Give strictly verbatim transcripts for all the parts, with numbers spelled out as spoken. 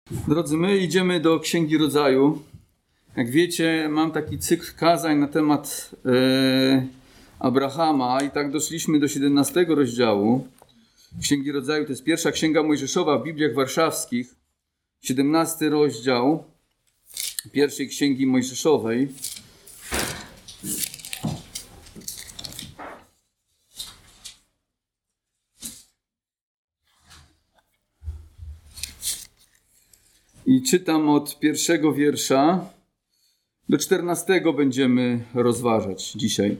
Drodzy, my idziemy do Księgi Rodzaju. Jak wiecie, mam taki cykl kazań na temat e, Abrahama i tak doszliśmy do siedemnastego rozdziału Księgi Rodzaju. To jest pierwsza księga Mojżeszowa w Bibliach Warszawskich. siedemnasty rozdział pierwszej księgi Mojżeszowej. I czytam od pierwszego wiersza do czternastego będziemy rozważać dzisiaj.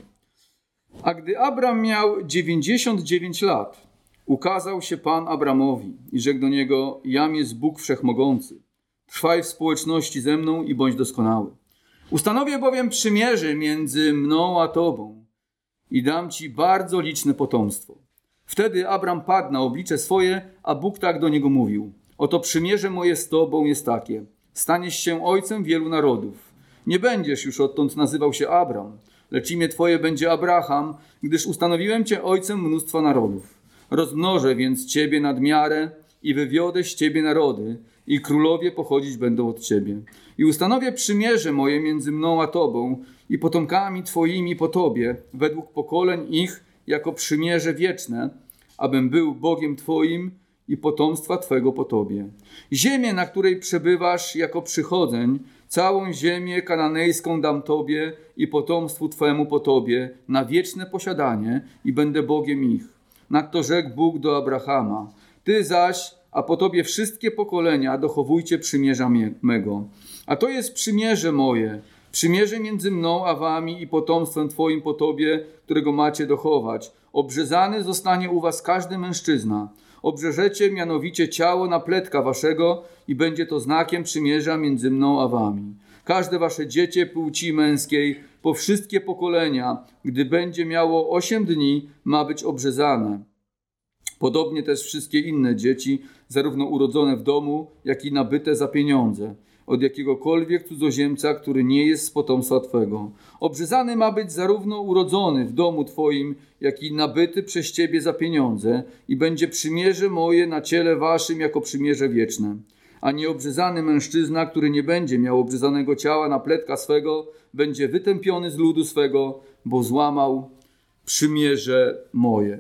A gdy Abram miał dziewięćdziesiąt dziewięć lat, ukazał się Pan Abramowi i rzekł do niego: Jam jest Bóg Wszechmogący. Trwaj w społeczności ze mną i bądź doskonały. Ustanowię bowiem przymierze między mną a tobą i dam ci bardzo liczne potomstwo. Wtedy Abram padł na oblicze swoje, a Bóg tak do niego mówił: Oto przymierze moje z tobą jest takie. Staniesz się ojcem wielu narodów. Nie będziesz już odtąd nazywał się Abram, lecz imię twoje będzie Abraham, gdyż ustanowiłem cię ojcem mnóstwa narodów. Rozmnożę więc ciebie nad miarę i wywiodę z ciebie narody i królowie pochodzić będą od ciebie. I ustanowię przymierze moje między mną a tobą i potomkami twoimi po tobie, według pokoleń ich, jako przymierze wieczne, abym był Bogiem twoim i potomstwa twego po tobie. Ziemię, na której przebywasz jako przychodzeń, całą ziemię kananejską dam tobie i potomstwu twemu po tobie na wieczne posiadanie i będę Bogiem ich. Nadto rzekł Bóg do Abrahama: Ty zaś, a po tobie wszystkie pokolenia dochowujcie przymierza mego. A to jest przymierze moje, przymierze między mną a wami i potomstwem twoim po tobie, którego macie dochować. Obrzezany zostanie u was każdy mężczyzna. Obrzeżecie mianowicie ciało napletka waszego i będzie to znakiem przymierza między mną a wami. Każde wasze dziecię płci męskiej po wszystkie pokolenia, gdy będzie miało osiem dni, ma być obrzezane. Podobnie też wszystkie inne dzieci, zarówno urodzone w domu, jak i nabyte za pieniądze, od jakiegokolwiek cudzoziemca, który nie jest z potomstwa twego. Obrzezany ma być zarówno urodzony w domu twoim, jak i nabyty przez ciebie za pieniądze i będzie przymierze moje na ciele waszym jako przymierze wieczne. A nieobrzezany mężczyzna, który nie będzie miał obrzezanego ciała napletka swego, będzie wytępiony z ludu swego, bo złamał przymierze moje.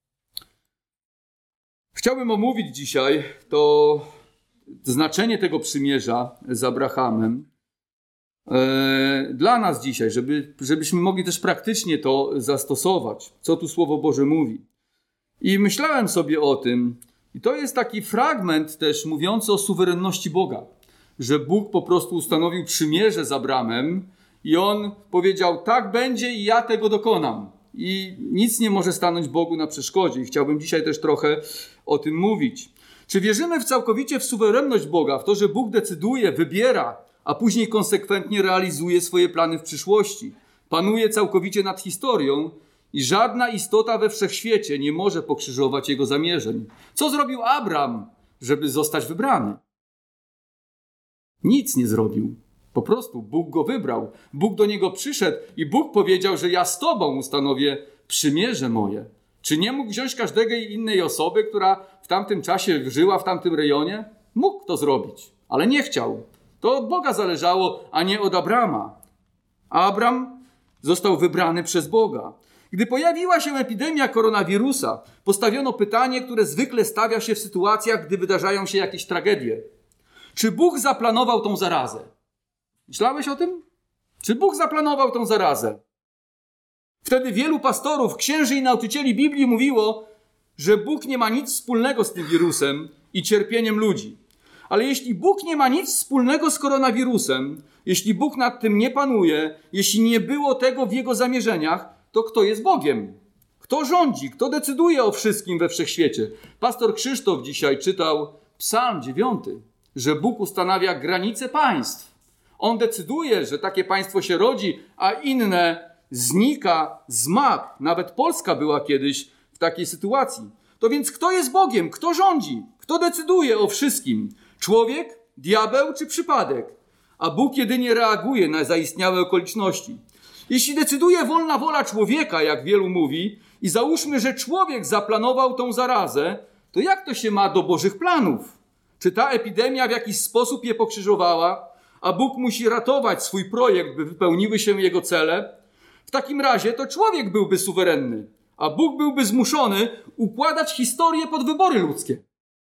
Chciałbym omówić dzisiaj to znaczenie tego przymierza z Abrahamem e, dla nas dzisiaj, żeby, żebyśmy mogli też praktycznie to zastosować, co tu Słowo Boże mówi. I myślałem sobie o tym, i to jest taki fragment też mówiący o suwerenności Boga, że Bóg po prostu ustanowił przymierze z Abramem i On powiedział: tak będzie i ja tego dokonam. I nic nie może stanąć Bogu na przeszkodzie. I chciałbym dzisiaj też trochę o tym mówić. Czy wierzymy w całkowicie w suwerenność Boga, w to, że Bóg decyduje, wybiera, a później konsekwentnie realizuje swoje plany w przyszłości? Panuje całkowicie nad historią i żadna istota we wszechświecie nie może pokrzyżować Jego zamierzeń. Co zrobił Abram, żeby zostać wybrany? Nic nie zrobił. Po prostu Bóg go wybrał. Bóg do niego przyszedł i Bóg powiedział, że ja z tobą ustanowię przymierze moje. Czy nie mógł wziąć każdej innej osoby, która w tamtym czasie żyła w tamtym rejonie? Mógł to zrobić, ale nie chciał. To od Boga zależało, a nie od Abrama. A Abram został wybrany przez Boga. Gdy pojawiła się epidemia koronawirusa, postawiono pytanie, które zwykle stawia się w sytuacjach, gdy wydarzają się jakieś tragedie. Czy Bóg zaplanował tą zarazę? Myślałeś o tym? Czy Bóg zaplanował tą zarazę? Wtedy wielu pastorów, księży i nauczycieli Biblii mówiło, że Bóg nie ma nic wspólnego z tym wirusem i cierpieniem ludzi. Ale jeśli Bóg nie ma nic wspólnego z koronawirusem, jeśli Bóg nad tym nie panuje, jeśli nie było tego w Jego zamierzeniach, to kto jest Bogiem? Kto rządzi? Kto decyduje o wszystkim we wszechświecie? Pastor Krzysztof dzisiaj czytał Psalm dziewiąty, że Bóg ustanawia granice państw. On decyduje, że takie państwo się rodzi, a inne znika z map. Nawet Polska była kiedyś w takiej sytuacji. To więc kto jest Bogiem? Kto rządzi? Kto decyduje o wszystkim? Człowiek, diabeł czy przypadek? A Bóg jedynie reaguje na zaistniałe okoliczności. Jeśli decyduje wolna wola człowieka, jak wielu mówi, i załóżmy, że człowiek zaplanował tą zarazę, to jak to się ma do Bożych planów? Czy ta epidemia w jakiś sposób je pokrzyżowała, a Bóg musi ratować swój projekt, by wypełniły się jego cele? W takim razie to człowiek byłby suwerenny, a Bóg byłby zmuszony układać historię pod wybory ludzkie.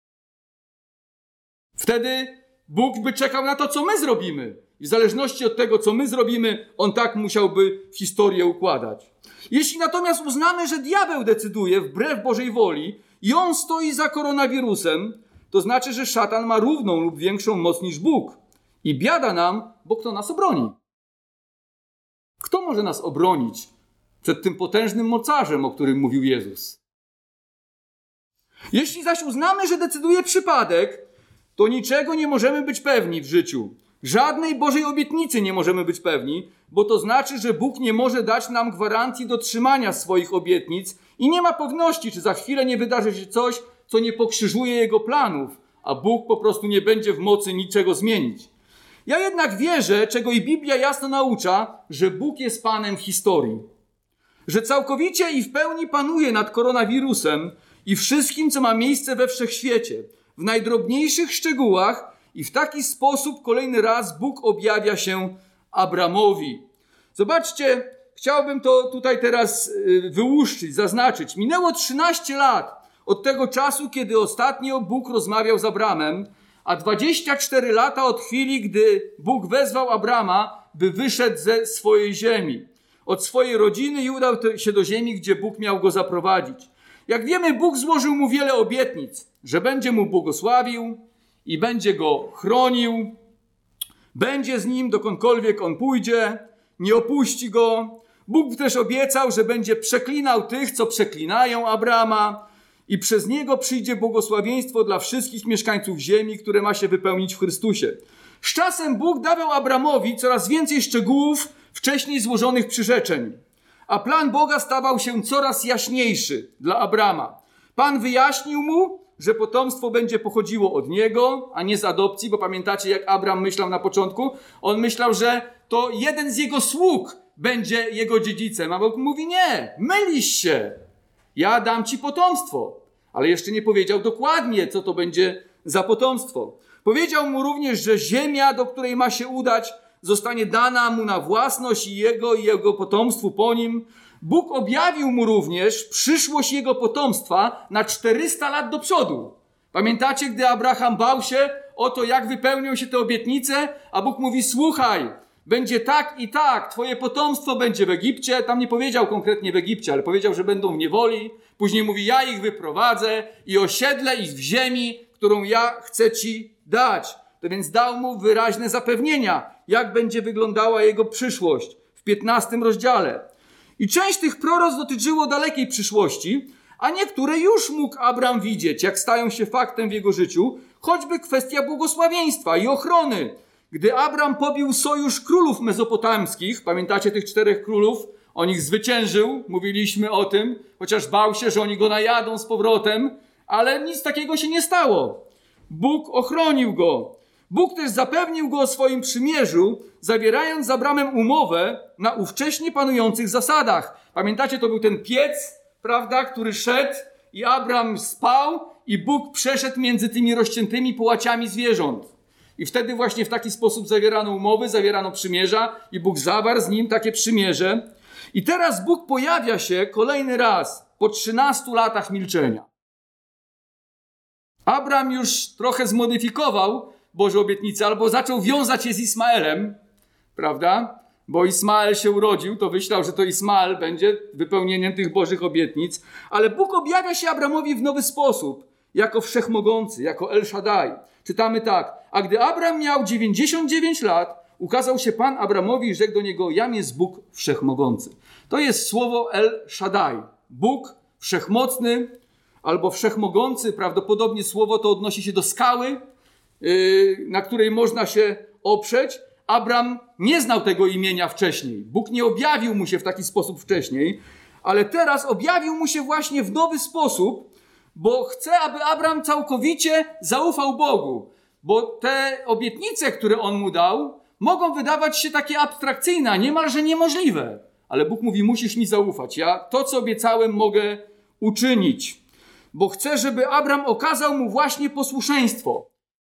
Wtedy Bóg by czekał na to, co my zrobimy. I w zależności od tego, co my zrobimy, on tak musiałby historię układać. Jeśli natomiast uznamy, że diabeł decyduje wbrew Bożej woli i on stoi za koronawirusem, to znaczy, że szatan ma równą lub większą moc niż Bóg. I biada nam, bo kto nas obroni? Kto może nas obronić przed tym potężnym mocarzem, o którym mówił Jezus? Jeśli zaś uznamy, że decyduje przypadek, to niczego nie możemy być pewni w życiu. Żadnej Bożej obietnicy nie możemy być pewni, bo to znaczy, że Bóg nie może dać nam gwarancji dotrzymania swoich obietnic i nie ma pewności, czy za chwilę nie wydarzy się coś, co nie pokrzyżuje Jego planów, a Bóg po prostu nie będzie w mocy niczego zmienić. Ja jednak wierzę, czego i Biblia jasno naucza, że Bóg jest Panem historii. Że całkowicie i w pełni panuje nad koronawirusem i wszystkim, co ma miejsce we wszechświecie. W najdrobniejszych szczegółach i w taki sposób kolejny raz Bóg objawia się Abramowi. Zobaczcie, chciałbym to tutaj teraz wyłuszczyć, zaznaczyć. Minęło trzynaście lat od tego czasu, kiedy ostatnio Bóg rozmawiał z Abramem, a dwadzieścia cztery lata od chwili, gdy Bóg wezwał Abrama, by wyszedł ze swojej ziemi, od swojej rodziny i udał się do ziemi, gdzie Bóg miał go zaprowadzić. Jak wiemy, Bóg złożył mu wiele obietnic, że będzie mu błogosławił i będzie go chronił, będzie z nim dokądkolwiek on pójdzie, nie opuści go. Bóg też obiecał, że będzie przeklinał tych, co przeklinają Abrama i przez niego przyjdzie błogosławieństwo dla wszystkich mieszkańców ziemi, które ma się wypełnić w Chrystusie. Z czasem Bóg dawał Abramowi coraz więcej szczegółów wcześniej złożonych przyrzeczeń, a plan Boga stawał się coraz jaśniejszy dla Abrama. Pan wyjaśnił mu, że potomstwo będzie pochodziło od niego, a nie z adopcji, bo pamiętacie, jak Abram myślał na początku? On myślał, że to jeden z jego sług będzie jego dziedzicem, a Bóg mówi: nie, mylisz się, ja dam ci potomstwo. Ale jeszcze nie powiedział dokładnie, co to będzie za potomstwo. Powiedział mu również, że ziemia, do której ma się udać, zostanie dana mu na własność i jego i jego potomstwu po nim. Bóg objawił mu również przyszłość jego potomstwa na czterysta lat do przodu. Pamiętacie, gdy Abraham bał się o to, jak wypełnią się te obietnice, a Bóg mówi: słuchaj, będzie tak i tak, twoje potomstwo będzie w Egipcie. Tam nie powiedział konkretnie w Egipcie, ale powiedział, że będą w niewoli. Później mówi: ja ich wyprowadzę i osiedlę ich w ziemi, którą ja chcę ci dać. To więc dał mu wyraźne zapewnienia, jak będzie wyglądała jego przyszłość w piętnastym rozdziale. I część tych proroc dotyczyło dalekiej przyszłości, a niektóre już mógł Abram widzieć, jak stają się faktem w jego życiu, choćby kwestia błogosławieństwa i ochrony. Gdy Abram pobił sojusz królów mezopotamskich, pamiętacie tych czterech królów? On ich zwyciężył, mówiliśmy o tym, chociaż bał się, że oni go najadą z powrotem, ale nic takiego się nie stało. Bóg ochronił go. Bóg też zapewnił go o swoim przymierzu, zawierając z Abramem umowę na ówcześnie panujących zasadach. Pamiętacie, to był ten piec, prawda, który szedł i Abram spał i Bóg przeszedł między tymi rozciętymi połaciami zwierząt. I wtedy właśnie w taki sposób zawierano umowy, zawierano przymierza i Bóg zawarł z nim takie przymierze. I teraz Bóg pojawia się kolejny raz po trzynastu latach milczenia. Abram już trochę zmodyfikował Boże obietnice, albo zaczął wiązać je z Ismaelem, prawda? Bo Ismael się urodził, to myślał, że to Ismael będzie wypełnieniem tych Bożych obietnic. Ale Bóg objawia się Abramowi w nowy sposób, jako wszechmogący, jako El Shaddai. Czytamy tak: a gdy Abram miał dziewięćdziesiąt dziewięć lat, ukazał się Pan Abramowi i rzekł do niego: jam jest Bóg wszechmogący. To jest słowo El Shaddai. Bóg wszechmocny albo wszechmogący. Prawdopodobnie słowo to odnosi się do skały, yy, na której można się oprzeć. Abram nie znał tego imienia wcześniej. Bóg nie objawił mu się w taki sposób wcześniej, ale teraz objawił mu się właśnie w nowy sposób, bo chce, aby Abram całkowicie zaufał Bogu. Bo te obietnice, które on mu dał, mogą wydawać się takie abstrakcyjne, niemalże niemożliwe. Ale Bóg mówi: musisz mi zaufać. Ja to, co obiecałem, mogę uczynić. Bo chcę, żeby Abram okazał mu właśnie posłuszeństwo.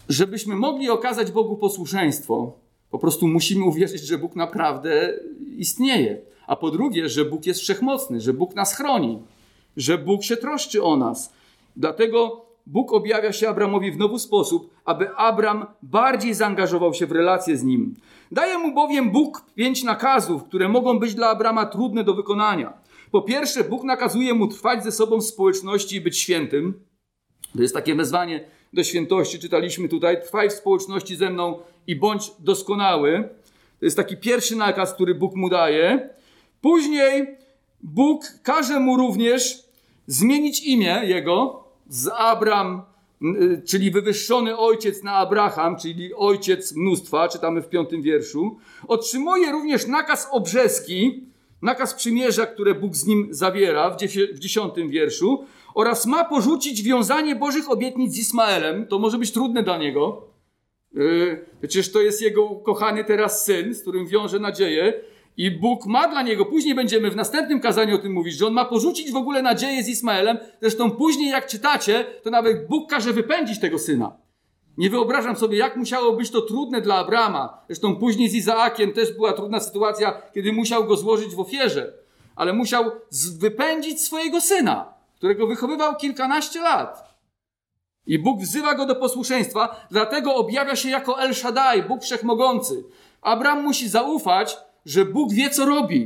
żebyśmy mogli okazać Bogu posłuszeństwo, po prostu musimy uwierzyć, że Bóg naprawdę istnieje. A po drugie, że Bóg jest wszechmocny, że Bóg nas chroni, że Bóg się troszczy o nas. Dlatego Bóg objawia się Abramowi w nowy sposób, aby Abram bardziej zaangażował się w relację z Nim. Daje mu bowiem Bóg pięć nakazów, które mogą być dla Abrama trudne do wykonania. Po pierwsze, Bóg nakazuje mu trwać ze sobą w społeczności i być świętym. To jest takie wezwanie do świętości. Czytaliśmy tutaj: trwaj w społeczności ze mną i bądź doskonały. To jest taki pierwszy nakaz, który Bóg mu daje. Później Bóg każe mu również zmienić imię jego z Abram, czyli wywyższony ojciec, na Abraham, czyli ojciec mnóstwa, czytamy w piątym wierszu. Otrzymuje również nakaz obrzeski, nakaz przymierza, które Bóg z nim zawiera w dziesiątym wierszu, oraz ma porzucić wiązanie Bożych obietnic z Ismaelem. To może być trudne dla niego. Yy, przecież to jest jego ukochany teraz syn, z którym wiąże nadzieję. I Bóg ma dla niego, później będziemy w następnym kazaniu o tym mówić, że on ma porzucić w ogóle nadzieję z Ismaelem. Zresztą później, jak czytacie, to nawet Bóg każe wypędzić tego syna. Nie wyobrażam sobie, jak musiało być to trudne dla Abrama. Zresztą później z Izaakiem też była trudna sytuacja, kiedy musiał go złożyć w ofierze. Ale musiał wypędzić swojego syna, którego wychowywał kilkanaście lat. I Bóg wzywa go do posłuszeństwa, dlatego objawia się jako El Shaddai, Bóg Wszechmogący. Abram musi zaufać, że Bóg wie, co robi.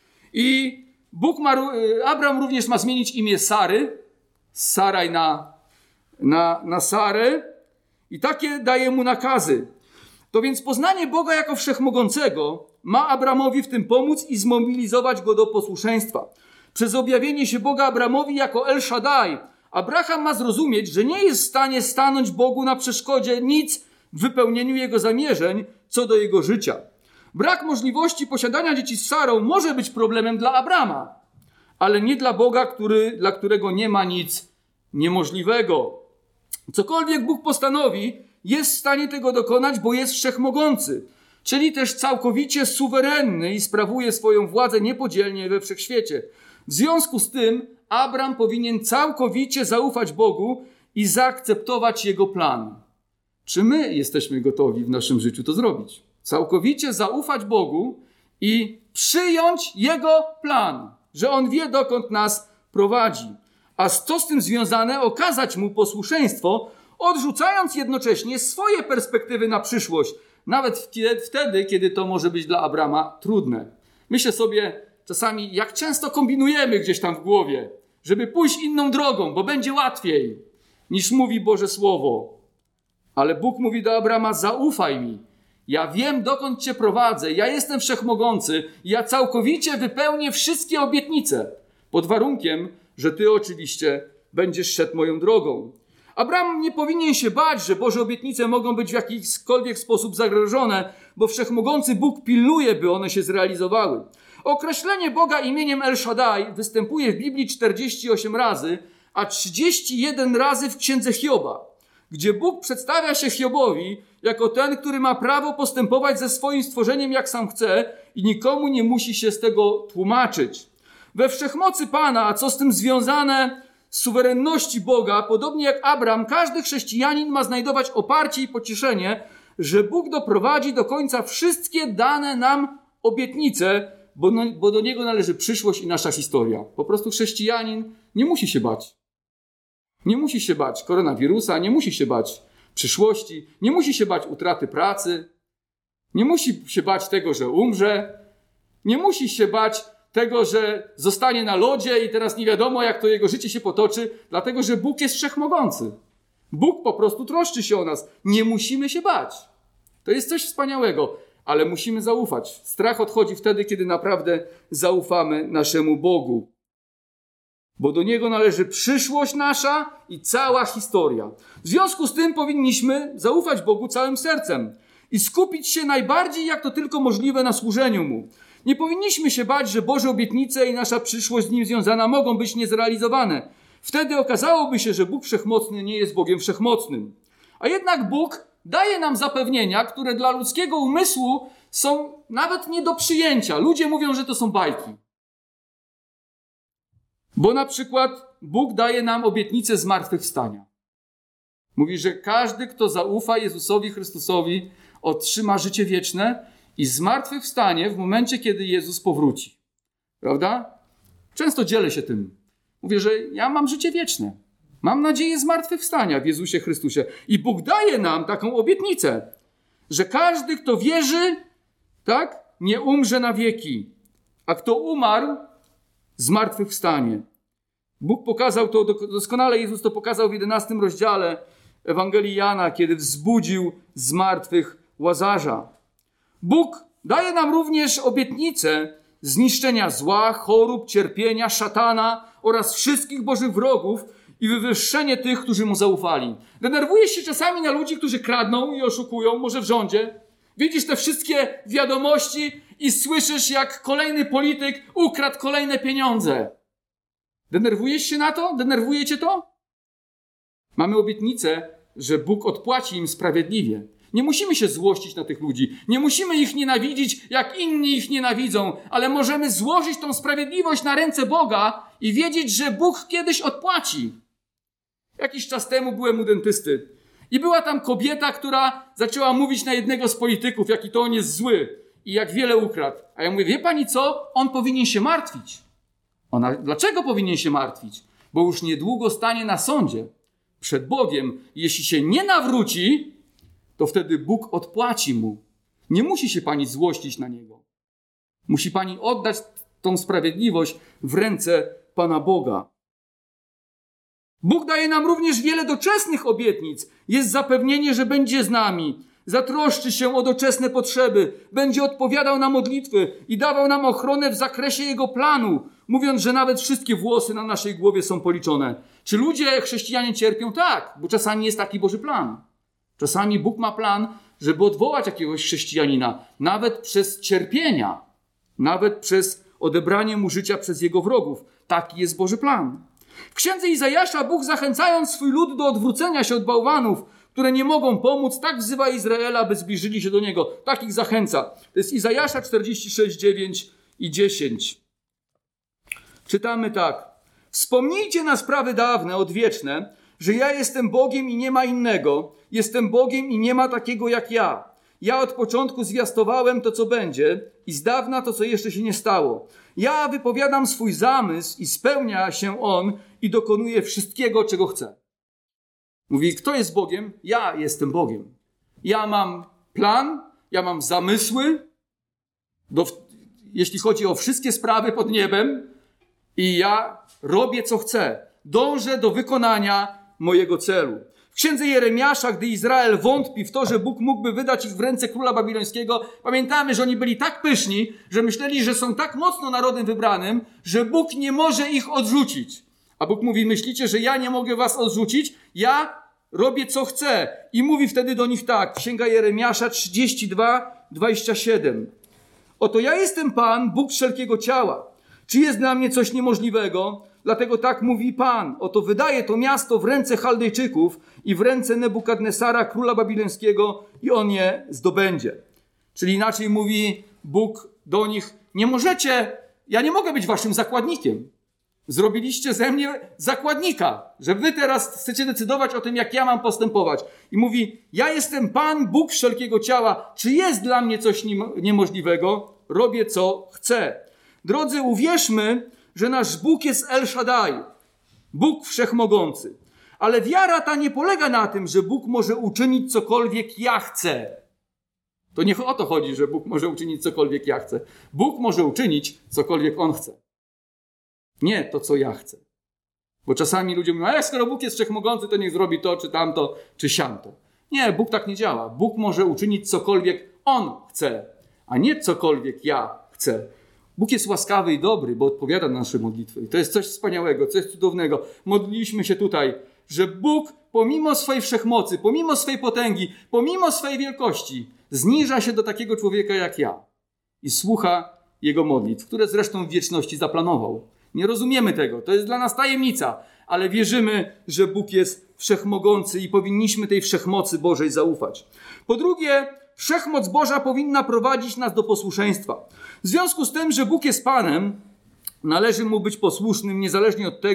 I Bóg ma, Abram również ma zmienić imię Sary, z Saraj na, na, na Sarę, i takie daje mu nakazy. To więc poznanie Boga jako Wszechmogącego ma Abramowi w tym pomóc i zmobilizować go do posłuszeństwa. Przez objawienie się Boga Abramowi jako El Shaddai, Abraham ma zrozumieć, że nie jest w stanie stanąć Bogu na przeszkodzie nic w wypełnieniu jego zamierzeń co do jego życia. Brak możliwości posiadania dzieci z Sarą może być problemem dla Abrama, ale nie dla Boga, który, dla którego nie ma nic niemożliwego. Cokolwiek Bóg postanowi, jest w stanie tego dokonać, bo jest wszechmogący, czyli też całkowicie suwerenny i sprawuje swoją władzę niepodzielnie we wszechświecie. W związku z tym Abram powinien całkowicie zaufać Bogu i zaakceptować Jego plan. Czy my jesteśmy gotowi w naszym życiu to zrobić? Całkowicie zaufać Bogu i przyjąć Jego plan, że On wie, dokąd nas prowadzi. A co z tym związane, okazać Mu posłuszeństwo, odrzucając jednocześnie swoje perspektywy na przyszłość, nawet wtedy, kiedy to może być dla Abrama trudne. Myślę sobie czasami, jak często kombinujemy gdzieś tam w głowie, żeby pójść inną drogą, bo będzie łatwiej, niż mówi Boże Słowo. Ale Bóg mówi do Abrama: zaufaj mi. Ja wiem, dokąd Cię prowadzę. Ja jestem wszechmogący. Ja całkowicie wypełnię wszystkie obietnice. Pod warunkiem, że Ty oczywiście będziesz szedł moją drogą. Abraham nie powinien się bać, że Boże obietnice mogą być w jakikolwiek sposób zagrożone, bo wszechmogący Bóg pilnuje, by one się zrealizowały. Określenie Boga imieniem El Shaddai występuje w Biblii czterdzieści osiem razy, a trzydzieści jeden razy w Księdze Hioba, gdzie Bóg przedstawia się Hiobowi jako ten, który ma prawo postępować ze swoim stworzeniem jak sam chce i nikomu nie musi się z tego tłumaczyć. We wszechmocy Pana, a co z tym związane, suwerenności Boga, podobnie jak Abram, każdy chrześcijanin ma znajdować oparcie i pocieszenie, że Bóg doprowadzi do końca wszystkie dane nam obietnice, bo, no, bo do Niego należy przyszłość i nasza historia. Po prostu chrześcijanin nie musi się bać. Nie musi się bać koronawirusa, nie musi się bać przyszłości, nie musi się bać utraty pracy, nie musi się bać tego, że umrze, nie musi się bać tego, że zostanie na lodzie i teraz nie wiadomo, jak to jego życie się potoczy, dlatego że Bóg jest wszechmogący. Bóg po prostu troszczy się o nas. Nie musimy się bać. To jest coś wspaniałego, ale musimy zaufać. Strach odchodzi wtedy, kiedy naprawdę zaufamy naszemu Bogu. Bo do Niego należy przyszłość nasza i cała historia. W związku z tym powinniśmy zaufać Bogu całym sercem i skupić się najbardziej, jak to tylko możliwe, na służeniu Mu. Nie powinniśmy się bać, że Boże obietnice i nasza przyszłość z Nim związana mogą być niezrealizowane. Wtedy okazałoby się, że Bóg Wszechmocny nie jest Bogiem Wszechmocnym. A jednak Bóg daje nam zapewnienia, które dla ludzkiego umysłu są nawet nie do przyjęcia. Ludzie mówią, że to są bajki. Bo na przykład Bóg daje nam obietnicę zmartwychwstania. Mówi, że każdy, kto zaufa Jezusowi Chrystusowi, otrzyma życie wieczne i zmartwychwstanie w momencie, kiedy Jezus powróci. Prawda? Często dzielę się tym. Mówię, że ja mam życie wieczne. Mam nadzieję zmartwychwstania w Jezusie Chrystusie. I Bóg daje nam taką obietnicę, że każdy, kto wierzy, tak, nie umrze na wieki, a kto umarł, zmartwychwstanie. Bóg pokazał to doskonale, Jezus to pokazał w jedenastym rozdziale Ewangelii Jana, kiedy wzbudził z martwych Łazarza. Bóg daje nam również obietnicę zniszczenia zła, chorób, cierpienia, szatana oraz wszystkich bożych wrogów i wywyższenie tych, którzy mu zaufali. Denerwujesz się czasami na ludzi, którzy kradną i oszukują, może w rządzie. Widzisz te wszystkie wiadomości i słyszysz, jak kolejny polityk ukradł kolejne pieniądze. Denerwujesz się na to? Denerwuje cię to? Mamy obietnicę, że Bóg odpłaci im sprawiedliwie. Nie musimy się złościć na tych ludzi. Nie musimy ich nienawidzić, jak inni ich nienawidzą, ale możemy złożyć tą sprawiedliwość na ręce Boga i wiedzieć, że Bóg kiedyś odpłaci. Jakiś czas temu byłem u dentysty i była tam kobieta, która zaczęła mówić na jednego z polityków, jaki to on jest zły i jak wiele ukradł. A ja mówię, wie pani co? On powinien się martwić. Ona, dlaczego powinien się martwić? Bo już niedługo stanie na sądzie przed Bogiem. Jeśli się nie nawróci, to wtedy Bóg odpłaci mu. Nie musi się pani złościć na niego. Musi pani oddać tą sprawiedliwość w ręce Pana Boga. Bóg daje nam również wiele doczesnych obietnic. Jest zapewnienie, że będzie z nami, zatroszczy się o doczesne potrzeby, będzie odpowiadał na modlitwy i dawał nam ochronę w zakresie Jego planu, mówiąc, że nawet wszystkie włosy na naszej głowie są policzone. Czy ludzie, chrześcijanie cierpią? Tak, bo czasami jest taki Boży plan. Czasami Bóg ma plan, żeby odwołać jakiegoś chrześcijanina, nawet przez cierpienia, nawet przez odebranie mu życia przez jego wrogów. Taki jest Boży plan. W księdze Izajasza Bóg, zachęcając swój lud do odwrócenia się od bałwanów, które nie mogą pomóc, tak wzywa Izraela, by zbliżyli się do Niego. Tak ich zachęca. To jest Izajasza czterdzieści sześć, dziewięć i dziesięć. Czytamy tak. Wspomnijcie na sprawy dawne, odwieczne, że ja jestem Bogiem i nie ma innego. Jestem Bogiem i nie ma takiego jak ja. Ja od początku zwiastowałem to, co będzie i z dawna to, co jeszcze się nie stało. Ja wypowiadam swój zamysł i spełnia się on i dokonuje wszystkiego, czego chcę. Mówi, kto jest Bogiem? Ja jestem Bogiem. Ja mam plan, ja mam zamysły, do, jeśli chodzi o wszystkie sprawy pod niebem i ja robię, co chcę. Dążę do wykonania mojego celu. W księdze Jeremiasza, gdy Izrael wątpi w to, że Bóg mógłby wydać ich w ręce króla babilońskiego, pamiętamy, że oni byli tak pyszni, że myśleli, że są tak mocno narodem wybranym, że Bóg nie może ich odrzucić. A Bóg mówi, myślicie, że ja nie mogę was odrzucić? Ja robię, co chcę. I mówi wtedy do nich tak, księga Jeremiasza trzydzieści dwa, dwadzieścia siedem. Oto ja jestem Pan, Bóg wszelkiego ciała. Czy jest dla mnie coś niemożliwego? Dlatego tak mówi Pan. Oto wydaje to miasto w ręce Chaldejczyków i w ręce Nebukadnesara, króla babilońskiego, i on je zdobędzie. Czyli inaczej mówi Bóg do nich, nie możecie, ja nie mogę być waszym zakładnikiem. Zrobiliście ze mnie zakładnika, że wy teraz chcecie decydować o tym, jak ja mam postępować. I mówi, ja jestem Pan, Bóg wszelkiego ciała. Czy jest dla mnie coś niemożliwego? Robię, co chcę. Drodzy, uwierzmy, że nasz Bóg jest El Shaddai, Bóg wszechmogący. Ale wiara ta nie polega na tym, że Bóg może uczynić cokolwiek ja chcę. To nie o to chodzi, że Bóg może uczynić cokolwiek ja chcę. Bóg może uczynić cokolwiek On chce. Nie to, co ja chcę. Bo czasami ludzie mówią, a jak skoro Bóg jest wszechmogący, to niech zrobi to, czy tamto, czy siamto. Nie, Bóg tak nie działa. Bóg może uczynić cokolwiek On chce, a nie cokolwiek ja chcę. Bóg jest łaskawy i dobry, bo odpowiada na nasze modlitwy. I to jest coś wspaniałego, coś cudownego. Modliliśmy się tutaj, że Bóg pomimo swojej wszechmocy, pomimo swojej potęgi, pomimo swojej wielkości, zniża się do takiego człowieka jak ja i słucha jego modlitw, które zresztą w wieczności zaplanował. Nie rozumiemy tego, to jest dla nas tajemnica, ale wierzymy, że Bóg jest wszechmogący i powinniśmy tej wszechmocy Bożej zaufać. Po drugie, wszechmoc Boża powinna prowadzić nas do posłuszeństwa. W związku z tym, że Bóg jest Panem, należy Mu być posłusznym, niezależnie od tego,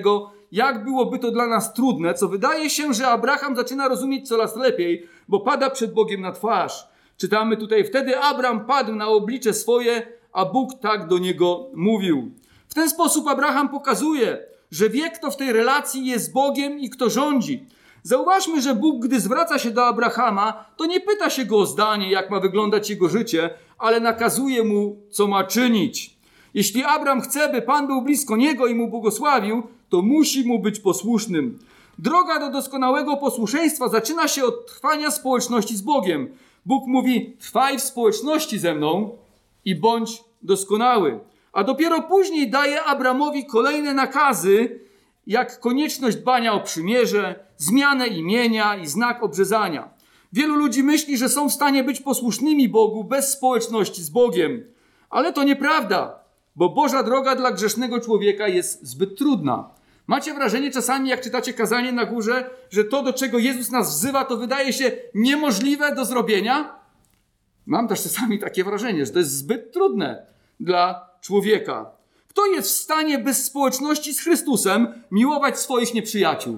jak byłoby to dla nas trudne, co wydaje się, że Abraham zaczyna rozumieć coraz lepiej, bo pada przed Bogiem na twarz. Czytamy tutaj, wtedy Abram padł na oblicze swoje, a Bóg tak do niego mówił. W ten sposób Abraham pokazuje, że wie, kto w tej relacji jest Bogiem i kto rządzi. Zauważmy, że Bóg, gdy zwraca się do Abrahama, to nie pyta się go o zdanie, jak ma wyglądać jego życie, ale nakazuje mu, co ma czynić. Jeśli Abram chce, by Pan był blisko niego i mu błogosławił, to musi mu być posłusznym. Droga do doskonałego posłuszeństwa zaczyna się od trwania społeczności z Bogiem. Bóg mówi, trwaj w społeczności ze mną i bądź doskonały. A dopiero później daje Abramowi kolejne nakazy, jak konieczność dbania o przymierze, zmianę imienia i znak obrzezania. Wielu ludzi myśli, że są w stanie być posłusznymi Bogu bez społeczności z Bogiem. Ale to nieprawda, bo Boża droga dla grzesznego człowieka jest zbyt trudna. Macie wrażenie czasami, jak czytacie kazanie na górze, że to, do czego Jezus nas wzywa, to wydaje się niemożliwe do zrobienia? Mam też czasami takie wrażenie, że to jest zbyt trudne dla człowieka. Kto jest w stanie bez społeczności z Chrystusem miłować swoich nieprzyjaciół?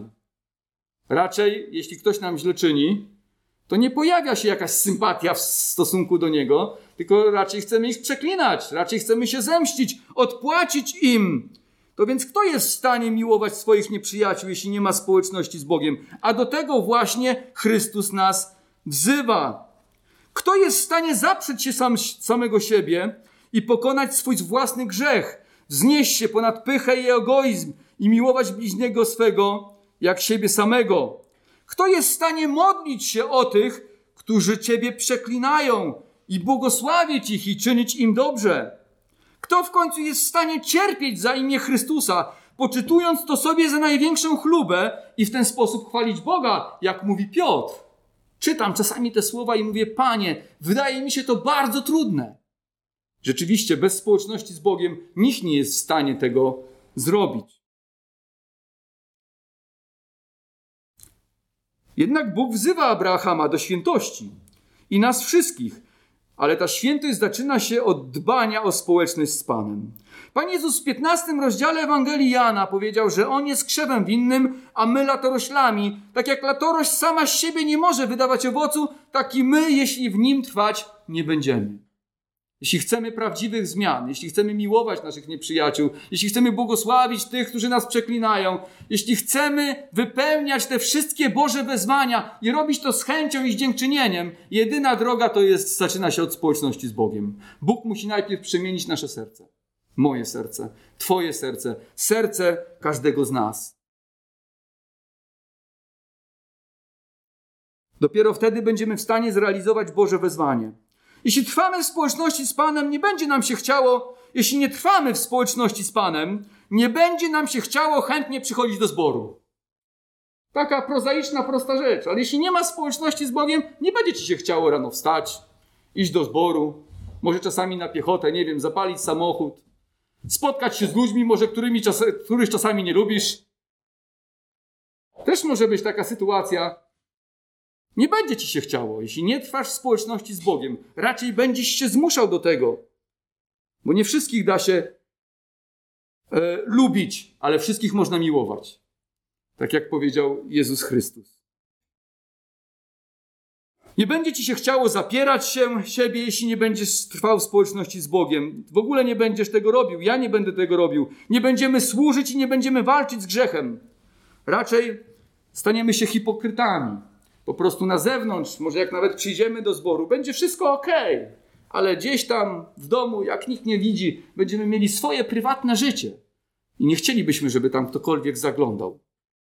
Raczej, jeśli ktoś nam źle czyni, to nie pojawia się jakaś sympatia w stosunku do niego, tylko raczej chcemy ich przeklinać, raczej chcemy się zemścić, odpłacić im. To więc kto jest w stanie miłować swoich nieprzyjaciół, jeśli nie ma społeczności z Bogiem? A do tego właśnie Chrystus nas wzywa. Kto jest w stanie zaprzeć się sam, samego siebie i pokonać swój własny grzech, wznieść się ponad pychę i egoizm i miłować bliźniego swego jak siebie samego? Kto jest w stanie modlić się o tych, którzy Ciebie przeklinają i błogosławić ich i czynić im dobrze? Kto w końcu jest w stanie cierpieć za imię Chrystusa, poczytując to sobie za największą chlubę i w ten sposób chwalić Boga, jak mówi Piotr? Czytam czasami te słowa i mówię, Panie, wydaje mi się to bardzo trudne. Rzeczywiście, bez społeczności z Bogiem nikt nie jest w stanie tego zrobić. Jednak Bóg wzywa Abrahama do świętości i nas wszystkich, ale ta świętość zaczyna się od dbania o społeczność z Panem. Pan Jezus w piętnastym rozdziale Ewangelii Jana powiedział, że On jest krzewem winnym, a my latoroślami. Tak jak latorość sama z siebie nie może wydawać owocu, tak i my, jeśli w Nim trwać, nie będziemy. Jeśli chcemy prawdziwych zmian, jeśli chcemy miłować naszych nieprzyjaciół, jeśli chcemy błogosławić tych, którzy nas przeklinają, jeśli chcemy wypełniać te wszystkie Boże wezwania i robić to z chęcią i z dziękczynieniem, jedyna droga to jest, zaczyna się od społeczności z Bogiem. Bóg musi najpierw przemienić nasze serce. Moje serce, Twoje serce, serce każdego z nas. Dopiero wtedy będziemy w stanie zrealizować Boże wezwanie. Jeśli trwamy w społeczności z Panem, nie będzie nam się chciało, jeśli nie trwamy w społeczności z Panem, nie będzie nam się chciało chętnie przychodzić do zboru. Taka prozaiczna, prosta rzecz. Ale jeśli nie ma społeczności z Bogiem, nie będzie ci się chciało rano wstać, iść do zboru, może czasami na piechotę, nie wiem, zapalić samochód, spotkać się z ludźmi, może którymi czas, których czasami nie lubisz. Też może być taka sytuacja. Nie będzie ci się chciało, jeśli nie trwasz w społeczności z Bogiem. Raczej będziesz się zmuszał do tego. Bo nie wszystkich da się e, lubić, ale wszystkich można miłować. Tak jak powiedział Jezus Chrystus. Nie będzie ci się chciało zapierać się siebie, jeśli nie będziesz trwał w społeczności z Bogiem. W ogóle nie będziesz tego robił. Ja nie będę tego robił. Nie będziemy służyć i nie będziemy walczyć z grzechem. Raczej staniemy się hipokrytami. Po prostu na zewnątrz, może jak nawet przyjdziemy do zboru, będzie wszystko okej. Okay. Ale gdzieś tam w domu, jak nikt nie widzi, będziemy mieli swoje prywatne życie. I nie chcielibyśmy, żeby tam ktokolwiek zaglądał.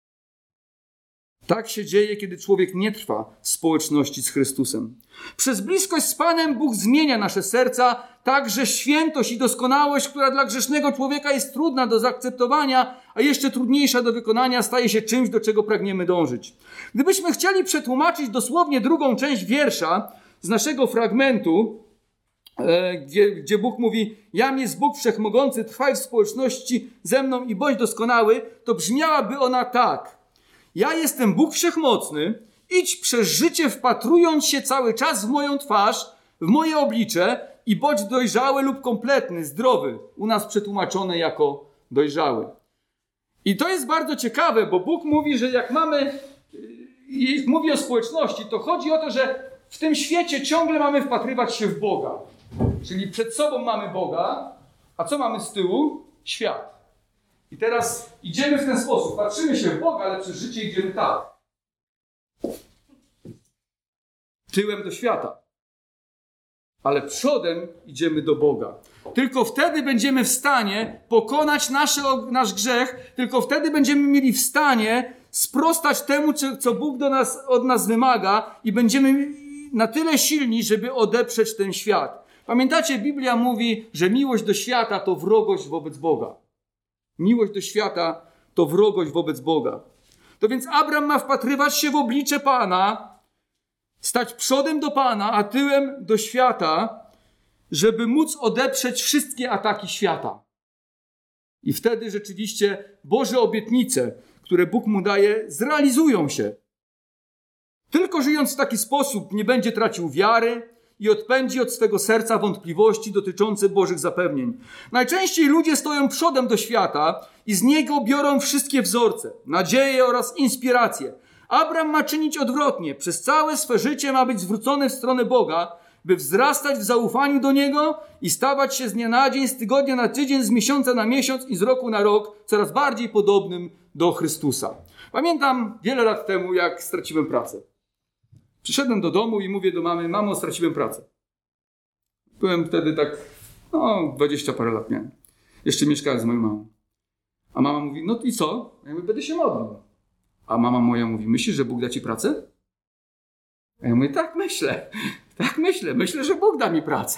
Tak się dzieje, kiedy człowiek nie trwa w społeczności z Chrystusem. Przez bliskość z Panem Bóg zmienia nasze serca, tak że świętość i doskonałość, która dla grzesznego człowieka jest trudna do zaakceptowania, a jeszcze trudniejsza do wykonania, staje się czymś, do czego pragniemy dążyć. Gdybyśmy chcieli przetłumaczyć dosłownie drugą część wiersza z naszego fragmentu, e, gdzie, gdzie Bóg mówi, jam jest Bóg Wszechmogący, trwaj w społeczności ze mną i bądź doskonały, to brzmiałaby ona tak. Ja jestem Bóg Wszechmocny, idź przez życie wpatrując się cały czas w moją twarz, w moje oblicze i bądź dojrzały lub kompletny, zdrowy. U nas przetłumaczone jako dojrzały. I to jest bardzo ciekawe, bo Bóg mówi, że jak mamy, mówi o społeczności, to chodzi o to, że w tym świecie ciągle mamy wpatrywać się w Boga. Czyli przed sobą mamy Boga, a co mamy z tyłu? Świat. I teraz idziemy w ten sposób. Patrzymy się w Boga, ale przez życie idziemy tak. Tyłem do świata. Ale przodem idziemy do Boga. Tylko wtedy będziemy w stanie pokonać nasze, nasz grzech. Tylko wtedy będziemy mieli w stanie sprostać temu, co Bóg do nas, od nas wymaga i będziemy na tyle silni, żeby odeprzeć ten świat. Pamiętacie, Biblia mówi, że miłość do świata to wrogość wobec Boga. Miłość do świata to wrogość wobec Boga. To więc Abram ma wpatrywać się w oblicze Pana, stać przodem do Pana, a tyłem do świata, żeby móc odeprzeć wszystkie ataki świata. I wtedy rzeczywiście Boże obietnice, które Bóg mu daje, zrealizują się. Tylko żyjąc w taki sposób nie będzie tracił wiary i odpędzi od swego serca wątpliwości dotyczące Bożych zapewnień. Najczęściej ludzie stoją przodem do świata i z niego biorą wszystkie wzorce, nadzieje oraz inspiracje. Abram ma czynić odwrotnie. Przez całe swe życie ma być zwrócony w stronę Boga, by wzrastać w zaufaniu do Niego i stawać się z dnia na dzień, z tygodnia na tydzień, z miesiąca na miesiąc i z roku na rok coraz bardziej podobnym do Chrystusa. Pamiętam wiele lat temu, jak straciłem pracę. Przyszedłem do domu i mówię do mamy: mamo, straciłem pracę. Byłem wtedy tak, no, dwadzieścia parę lat miałem. Jeszcze mieszkałem z moją mamą. A mama mówi: no i co? Ja mówię: będę się modlił. A mama moja mówi: myślisz, że Bóg da ci pracę? A ja mówię: tak myślę. Tak myślę. Myślę, że Bóg da mi pracę.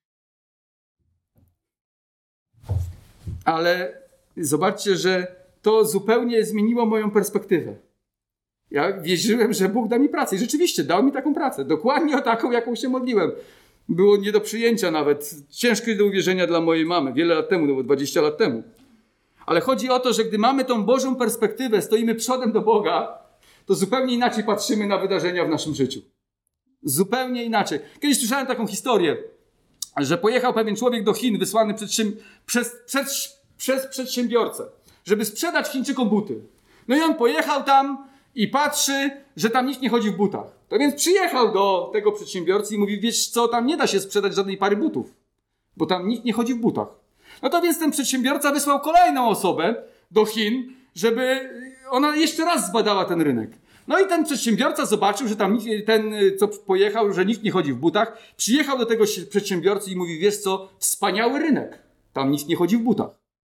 Ale zobaczcie, że to zupełnie zmieniło moją perspektywę. Ja wierzyłem, że Bóg da mi pracę. I rzeczywiście dał mi taką pracę. Dokładnie o taką, jaką się modliłem. Było nie do przyjęcia nawet. Ciężkie do uwierzenia dla mojej mamy. Wiele lat temu, no dwadzieścia lat temu. Ale chodzi o to, że gdy mamy tą Bożą perspektywę, stoimy przodem do Boga, to zupełnie inaczej patrzymy na wydarzenia w naszym życiu. Zupełnie inaczej. Kiedyś słyszałem taką historię, że pojechał pewien człowiek do Chin, wysłany przedsięb- przez, przez, przez przedsiębiorcę, żeby sprzedać Chińczykom buty. No i on pojechał tam i patrzy, że tam nikt nie chodzi w butach. To więc przyjechał do tego przedsiębiorcy i mówi: wiesz co, tam nie da się sprzedać żadnej pary butów, bo tam nikt nie chodzi w butach. No to więc ten przedsiębiorca wysłał kolejną osobę do Chin, żeby ona jeszcze raz zbadała ten rynek. No i ten przedsiębiorca zobaczył, że tam nikt, ten, co pojechał, że nikt nie chodzi w butach, przyjechał do tego przedsiębiorcy i mówi: wiesz co, wspaniały rynek, tam nikt nie chodzi w butach.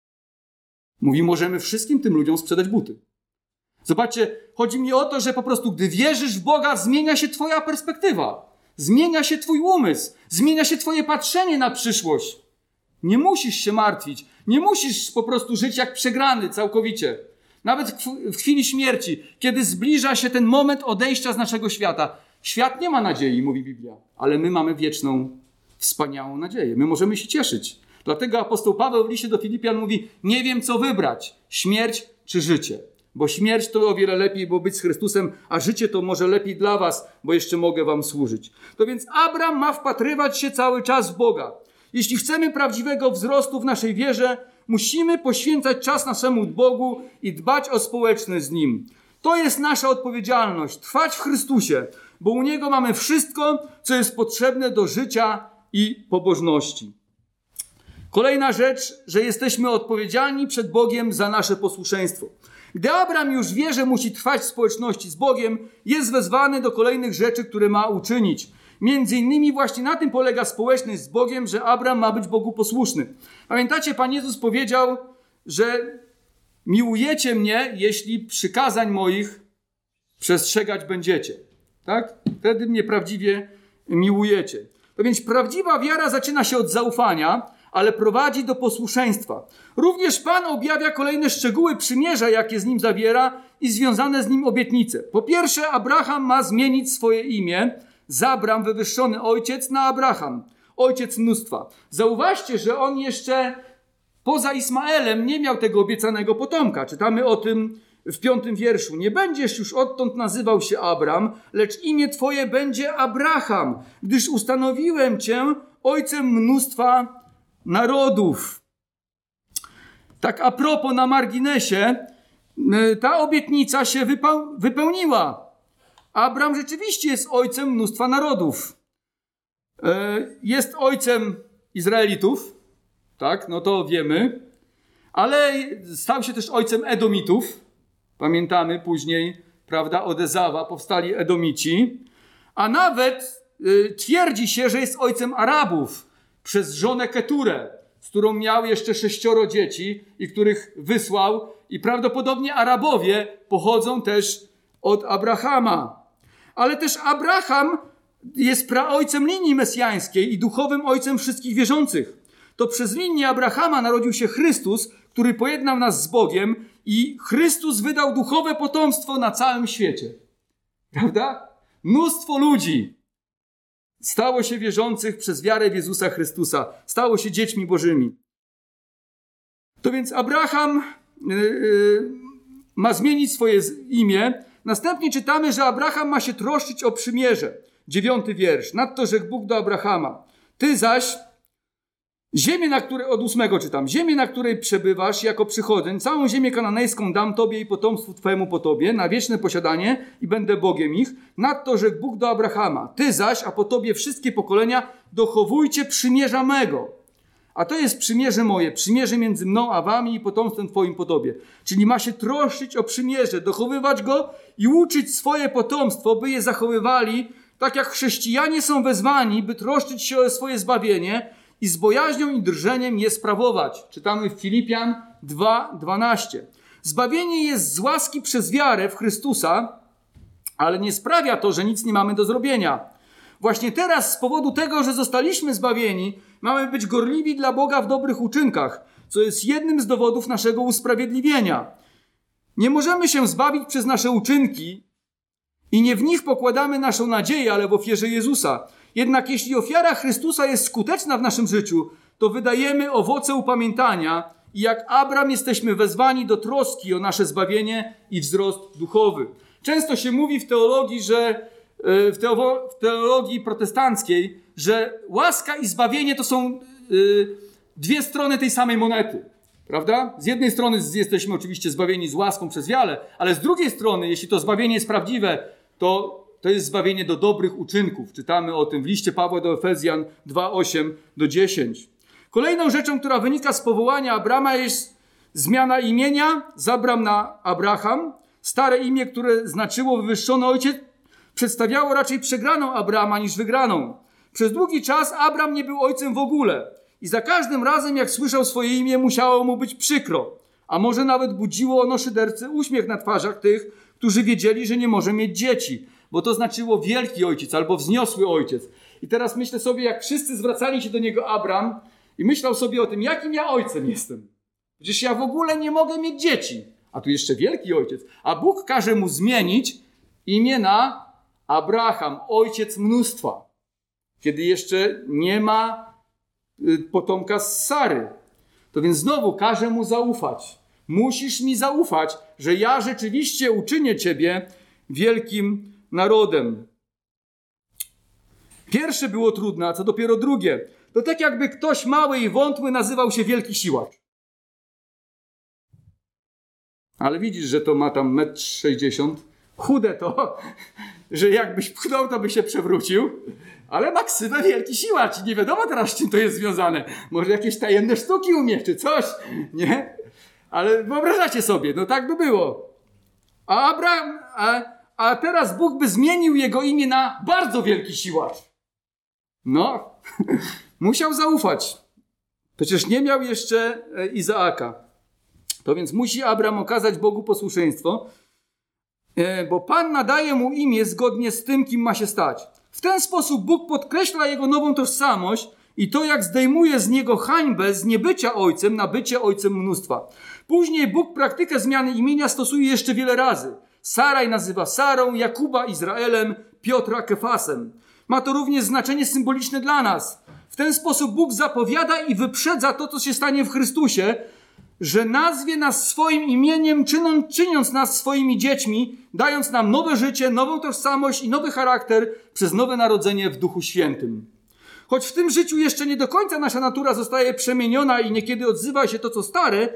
Mówi: możemy wszystkim tym ludziom sprzedać buty. Zobaczcie, chodzi mi o to, że po prostu gdy wierzysz w Boga, zmienia się twoja perspektywa. Zmienia się twój umysł. Zmienia się twoje patrzenie na przyszłość. Nie musisz się martwić. Nie musisz po prostu żyć jak przegrany całkowicie. Nawet w chwili śmierci, kiedy zbliża się ten moment odejścia z naszego świata. Świat nie ma nadziei, mówi Biblia, ale my mamy wieczną, wspaniałą nadzieję. My możemy się cieszyć. Dlatego apostoł Paweł w liście do Filipian mówi: nie wiem, co wybrać, śmierć czy życie. Bo śmierć to o wiele lepiej, bo być z Chrystusem, a życie to może lepiej dla was, bo jeszcze mogę wam służyć. To więc Abram ma wpatrywać się cały czas w Boga. Jeśli chcemy prawdziwego wzrostu w naszej wierze, musimy poświęcać czas naszemu Bogu i dbać o społeczność z Nim. To jest nasza odpowiedzialność, trwać w Chrystusie, bo u Niego mamy wszystko, co jest potrzebne do życia i pobożności. Kolejna rzecz, że jesteśmy odpowiedzialni przed Bogiem za nasze posłuszeństwo. Gdy Abram już wie, że musi trwać w społeczności z Bogiem, jest wezwany do kolejnych rzeczy, które ma uczynić. Między innymi właśnie na tym polega społeczność z Bogiem, że Abram ma być Bogu posłuszny. Pamiętacie, Pan Jezus powiedział, że miłujecie mnie, jeśli przykazań moich przestrzegać będziecie. Tak? Wtedy mnie prawdziwie miłujecie. To więc prawdziwa wiara zaczyna się od zaufania, ale prowadzi do posłuszeństwa. Również Pan objawia kolejne szczegóły przymierza, jakie z Nim zawiera i związane z Nim obietnice. Po pierwsze, Abraham ma zmienić swoje imię z Abram, wywyższony ojciec, na Abraham, ojciec mnóstwa. Zauważcie, że on jeszcze poza Ismaelem nie miał tego obiecanego potomka. Czytamy o tym w piątym wierszu. Nie będziesz już odtąd nazywał się Abram, lecz imię twoje będzie Abraham, gdyż ustanowiłem cię ojcem mnóstwa narodów. Tak a propos, na marginesie, ta obietnica się wypełniła. Abraham rzeczywiście jest ojcem mnóstwa narodów. Jest ojcem Izraelitów, tak, no to wiemy, ale stał się też ojcem Edomitów. Pamiętamy później, prawda, od Ezawa powstali Edomici, a nawet y, twierdzi się, że jest ojcem Arabów przez żonę Keturę, z którą miał jeszcze sześcioro dzieci i których wysłał, i prawdopodobnie Arabowie pochodzą też od Abrahama. Ale też Abraham jest praojcem linii mesjańskiej i duchowym ojcem wszystkich wierzących. To przez linię Abrahama narodził się Chrystus, który pojednał nas z Bogiem, i Chrystus wydał duchowe potomstwo na całym świecie. Prawda? Mnóstwo ludzi stało się wierzących przez wiarę w Jezusa Chrystusa. Stało się dziećmi Bożymi. To więc Abraham yy, yy, ma zmienić swoje imię. Następnie czytamy, że Abraham ma się troszczyć o przymierze. Dziewiąty wiersz. Nadto rzekł Bóg do Abrahama: Ty zaś, ziemię, na której, od ósmego czytam, ziemię, na której przebywasz jako przychodzeń, całą ziemię kananejską dam tobie i potomstwu twojemu po tobie, na wieczne posiadanie, i będę Bogiem ich. Nadto rzekł Bóg do Abrahama: Ty zaś, a po tobie wszystkie pokolenia, dochowujcie przymierza mego. A to jest przymierze moje, przymierze między mną a wami i potomstwem twoim po tobie. Czyli ma się troszczyć o przymierze, dochowywać go i uczyć swoje potomstwo, by je zachowywali, tak jak chrześcijanie są wezwani, by troszczyć się o swoje zbawienie i z bojaźnią i drżeniem je sprawować. Czytamy w Filipian dwa dwanaście. Zbawienie jest z łaski przez wiarę w Chrystusa, ale nie sprawia to, że nic nie mamy do zrobienia. Właśnie teraz, z powodu tego, że zostaliśmy zbawieni, mamy być gorliwi dla Boga w dobrych uczynkach, co jest jednym z dowodów naszego usprawiedliwienia. Nie możemy się zbawić przez nasze uczynki i nie w nich pokładamy naszą nadzieję, ale w ofierze Jezusa. Jednak jeśli ofiara Chrystusa jest skuteczna w naszym życiu, to wydajemy owoce upamiętania i jak Abram jesteśmy wezwani do troski o nasze zbawienie i wzrost duchowy. Często się mówi w teologii, że w, teolo- w teologii protestanckiej, że łaska i zbawienie to są y, dwie strony tej samej monety. Prawda? Z jednej strony jesteśmy oczywiście zbawieni z łaską przez wiarę, ale z drugiej strony, jeśli to zbawienie jest prawdziwe, to to jest zbawienie do dobrych uczynków. Czytamy o tym w liście Pawła do Efezjan dwa osiem do dziesięć. Kolejną rzeczą, która wynika z powołania Abrama, jest zmiana imienia z Abram na Abraham. Stare imię, które znaczyło wywyższony ojciec, przedstawiało raczej przegraną Abrama niż wygraną. Przez długi czas Abram nie był ojcem w ogóle i za każdym razem, jak słyszał swoje imię, musiało mu być przykro. A może nawet budziło ono szydercy uśmiech na twarzach tych, którzy wiedzieli, że nie może mieć dzieci, bo to znaczyło wielki ojciec albo wzniosły ojciec. I teraz myślę sobie, jak wszyscy zwracali się do niego Abram i myślał sobie o tym, jakim ja ojcem jestem. Przecież ja w ogóle nie mogę mieć dzieci. A tu jeszcze wielki ojciec. A Bóg każe mu zmienić imię na Abraham, ojciec mnóstwa. Kiedy jeszcze nie ma potomka z Sary. To więc znowu każe mu zaufać. Musisz mi zaufać, że ja rzeczywiście uczynię ciebie wielkim narodem. Pierwsze było trudne, a co dopiero drugie. To tak jakby ktoś mały i wątły nazywał się wielki siłacz. Ale widzisz, że to ma tam metr sześćdziesiąt. Chude to, że jakbyś pchnął, to by się przewrócił. Ale ma ksywę wielki siłacz. Nie wiadomo teraz, z czym to jest związane. Może jakieś tajemne sztuki umie, czy coś. Nie? Ale wyobrażacie sobie, no tak by było. A Abraham, a, a teraz Bóg by zmienił jego imię na bardzo wielki siłacz. No, musiał zaufać. Przecież nie miał jeszcze Izaaka. To więc musi Abram okazać Bogu posłuszeństwo, bo Pan nadaje mu imię zgodnie z tym, kim ma się stać. W ten sposób Bóg podkreśla jego nową tożsamość i to, jak zdejmuje z niego hańbę z niebycia ojcem na bycie ojcem mnóstwa. Później Bóg praktykę zmiany imienia stosuje jeszcze wiele razy. Saraj nazywa Sarą, Jakuba Izraelem, Piotra Kefasem. Ma to również znaczenie symboliczne dla nas. W ten sposób Bóg zapowiada i wyprzedza to, co się stanie w Chrystusie, że nazwie nas swoim imieniem, czyniąc, czyniąc nas swoimi dziećmi, dając nam nowe życie, nową tożsamość i nowy charakter przez nowe narodzenie w Duchu Świętym. Choć w tym życiu jeszcze nie do końca nasza natura zostaje przemieniona i niekiedy odzywa się to, co stare,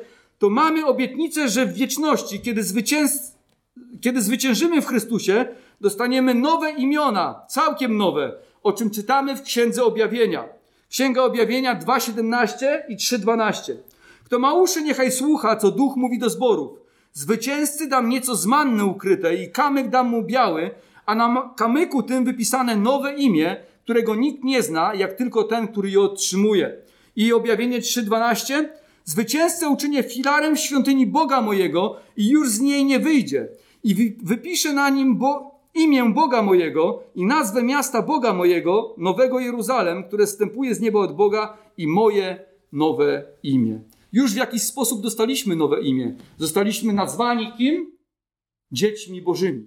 to mamy obietnicę, że w wieczności, kiedy, zwycięz... kiedy zwyciężymy w Chrystusie, dostaniemy nowe imiona, całkiem nowe, o czym czytamy w Księdze Objawienia. Księga Objawienia dwa siedemnaście i trzy dwanaście. Kto ma uszy, niechaj słucha, co Duch mówi do zborów. Zwycięzcy dam nieco z manny ukryte i kamyk dam mu biały, a na kamyku tym wypisane nowe imię, którego nikt nie zna, jak tylko ten, który je otrzymuje. I Objawienie trzy dwanaście. Zwycięzcę uczynię filarem świątyni Boga mojego i już z niej nie wyjdzie. I wypiszę na nim bo, imię Boga mojego i nazwę miasta Boga mojego, Nowego Jeruzalem, które zstępuje z nieba od Boga, i moje nowe imię. Już w jakiś sposób dostaliśmy nowe imię. Zostaliśmy nazwani kim? Dziećmi Bożymi.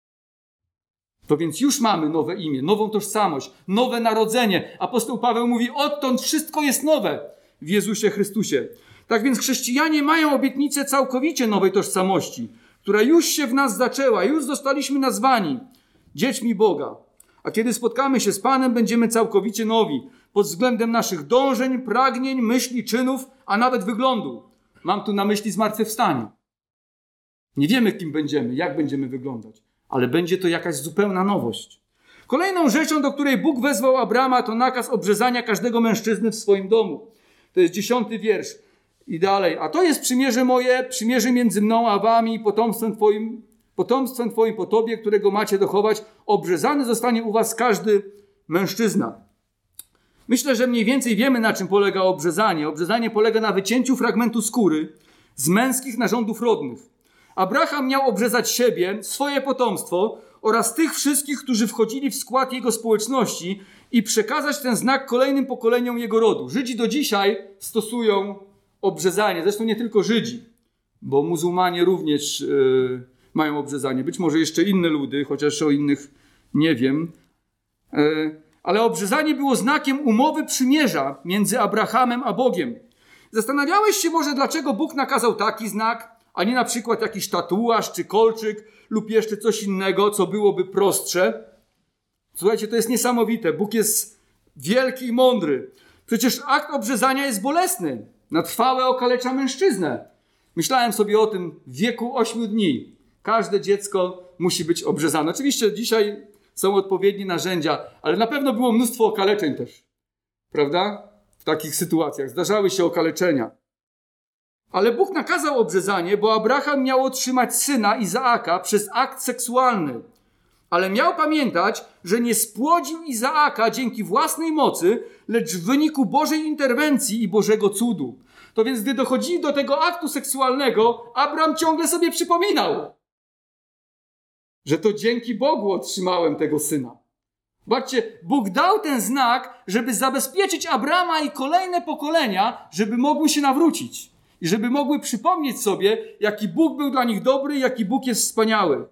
To więc już mamy nowe imię, nową tożsamość, nowe narodzenie. Apostoł Paweł mówi, odtąd wszystko jest nowe w Jezusie Chrystusie. Tak więc chrześcijanie mają obietnicę całkowicie nowej tożsamości, która już się w nas zaczęła, już zostaliśmy nazwani dziećmi Boga. A kiedy spotkamy się z Panem, będziemy całkowicie nowi pod względem naszych dążeń, pragnień, myśli, czynów, a nawet wyglądu. Mam tu na myśli zmartwychwstanie. Nie wiemy, kim będziemy, jak będziemy wyglądać, ale będzie to jakaś zupełna nowość. Kolejną rzeczą, do której Bóg wezwał Abrama, to nakaz obrzezania każdego mężczyzny w swoim domu. To jest dziesiąty wiersz. I dalej. A to jest przymierze moje, przymierze między mną a wami i potomstwem twoim, potomstwem twoim po tobie, którego macie dochować. Obrzezany zostanie u was każdy mężczyzna. Myślę, że mniej więcej wiemy, na czym polega obrzezanie. Obrzezanie polega na wycięciu fragmentu skóry z męskich narządów rodnych. Abraham miał obrzezać siebie, swoje potomstwo oraz tych wszystkich, którzy wchodzili w skład jego społeczności i przekazać ten znak kolejnym pokoleniom jego rodu. Żydzi do dzisiaj stosują obrzezanie. Zresztą nie tylko Żydzi, bo muzułmanie również yy, mają obrzezanie. Być może jeszcze inne ludy, chociaż o innych nie wiem. Yy, ale obrzezanie było znakiem umowy przymierza między Abrahamem a Bogiem. Zastanawiałeś się może, dlaczego Bóg nakazał taki znak, a nie na przykład jakiś tatuaż czy kolczyk lub jeszcze coś innego, co byłoby prostsze? Słuchajcie, to jest niesamowite. Bóg jest wielki i mądry. Przecież akt obrzezania jest bolesny. Na trwałe okalecza mężczyznę. Myślałem sobie o tym w wieku ośmiu dni. Każde dziecko musi być obrzezane. Oczywiście dzisiaj są odpowiednie narzędzia, ale na pewno było mnóstwo okaleczeń też. Prawda? W takich sytuacjach zdarzały się okaleczenia. Ale Bóg nakazał obrzezanie, bo Abraham miał otrzymać syna Izaaka przez akt seksualny. Ale miał pamiętać, że nie spłodził Izaaka dzięki własnej mocy, lecz w wyniku Bożej interwencji i Bożego cudu. To więc gdy dochodzili do tego aktu seksualnego, Abram ciągle sobie przypominał, że to dzięki Bogu otrzymałem tego syna. Zobaczcie, Bóg dał ten znak, żeby zabezpieczyć Abrama i kolejne pokolenia, żeby mogły się nawrócić. I żeby mogły przypomnieć sobie, jaki Bóg był dla nich dobry, jaki Bóg jest wspaniały.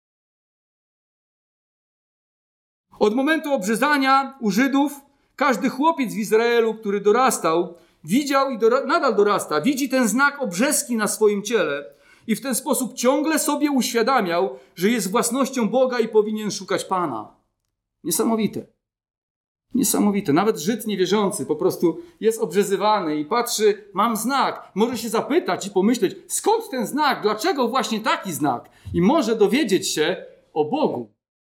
Od momentu obrzezania u Żydów każdy chłopiec w Izraelu, który dorastał, widział i dora- nadal dorasta, widzi ten znak obrzeski na swoim ciele i w ten sposób ciągle sobie uświadamiał, że jest własnością Boga i powinien szukać Pana. Niesamowite. Niesamowite. Nawet Żyd niewierzący po prostu jest obrzezywany i patrzy, mam znak. Może się zapytać i pomyśleć, skąd ten znak? Dlaczego właśnie taki znak? I może dowiedzieć się o Bogu.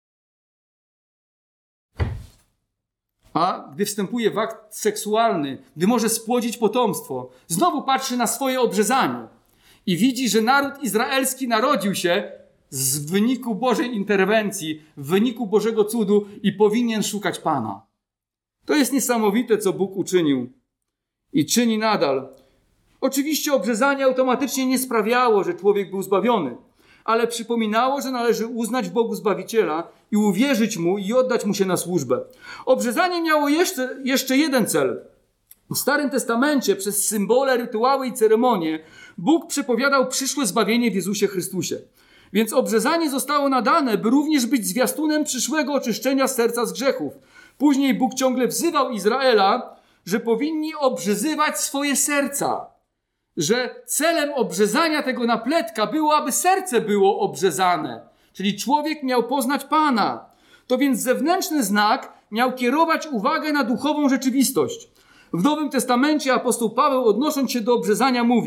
A gdy wstępuje w akt seksualny, gdy może spłodzić potomstwo, znowu patrzy na swoje obrzezanie i widzi, że naród izraelski narodził się z wyniku Bożej interwencji, w wyniku Bożego cudu i powinien szukać Pana. To jest niesamowite, co Bóg uczynił i czyni nadal. Oczywiście obrzezanie automatycznie nie sprawiało, że człowiek był zbawiony, ale przypominało, że należy uznać w Bogu Zbawiciela i uwierzyć Mu i oddać Mu się na służbę. Obrzezanie miało jeszcze, jeszcze jeden cel. W Starym Testamencie przez symbole, rytuały i ceremonie Bóg przepowiadał przyszłe zbawienie w Jezusie Chrystusie. Więc obrzezanie zostało nadane, by również być zwiastunem przyszłego oczyszczenia serca z grzechów. Później Bóg ciągle wzywał Izraela, że powinni obrzezywać swoje serca. Że celem obrzezania tego napletka było, aby serce było obrzezane. Czyli człowiek miał poznać Pana. To więc zewnętrzny znak miał kierować uwagę na duchową rzeczywistość. W Nowym Testamencie apostoł Paweł, odnosząc się do obrzezania, mówi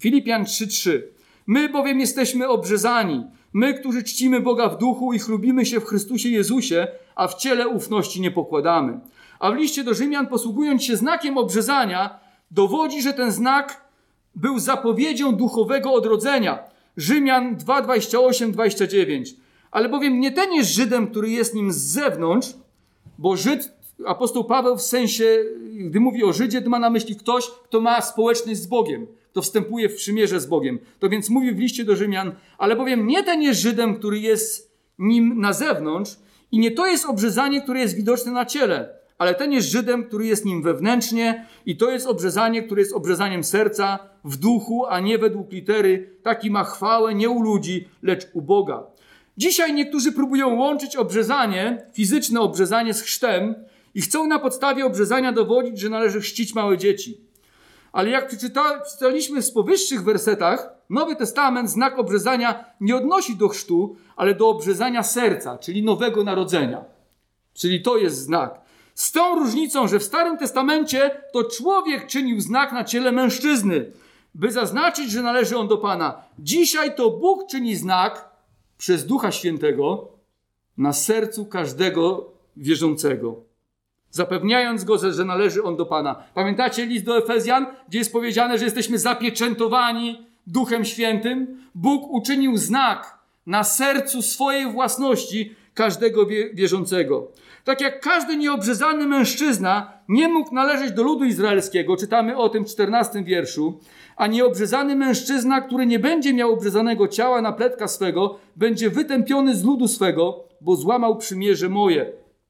Filipian trzy trzy. My bowiem jesteśmy obrzezani, my, którzy czcimy Boga w duchu i chlubimy się w Chrystusie Jezusie, a w ciele ufności nie pokładamy. A w liście do Rzymian, posługując się znakiem obrzezania, dowodzi, że ten znak był zapowiedzią duchowego odrodzenia. Rzymian dwa dwadzieścia osiem dwadzieścia dziewięć. Ale bowiem nie ten jest Żydem, który jest nim z zewnątrz, bo Żyd, apostoł Paweł w sensie, gdy mówi o Żydzie, to ma na myśli ktoś, kto ma społeczność z Bogiem, kto wstępuje w przymierze z Bogiem. To więc mówi w liście do Rzymian, ale bowiem nie ten jest Żydem, który jest nim na zewnątrz i nie to jest obrzezanie, które jest widoczne na ciele, ale ten jest Żydem, który jest nim wewnętrznie i to jest obrzezanie, które jest obrzezaniem serca w duchu, a nie według litery. Taki ma chwałę nie u ludzi, lecz u Boga. Dzisiaj niektórzy próbują łączyć obrzezanie, fizyczne obrzezanie z chrztem i chcą na podstawie obrzezania dowodzić, że należy chrzcić małe dzieci. Ale jak przeczyta, przeczytaliśmy w powyższych wersetach, Nowy Testament znak obrzezania nie odnosi do chrztu, ale do obrzezania serca, czyli nowego narodzenia. Czyli to jest znak. Z tą różnicą, że w Starym Testamencie to człowiek czynił znak na ciele mężczyzny, by zaznaczyć, że należy on do Pana. Dzisiaj to Bóg czyni znak przez Ducha Świętego na sercu każdego wierzącego, zapewniając go, że należy on do Pana. Pamiętacie list do Efezjan, gdzie jest powiedziane, że jesteśmy zapieczętowani Duchem Świętym? Bóg uczynił znak na sercu swojej własności każdego wierzącego. Tak jak każdy nieobrzezany mężczyzna nie mógł należeć do ludu izraelskiego, czytamy o tym w czternastym wierszu, a nieobrzezany mężczyzna, który nie będzie miał obrzezanego ciała na pletka swego, będzie wytępiony z ludu swego, bo złamał przymierze moje.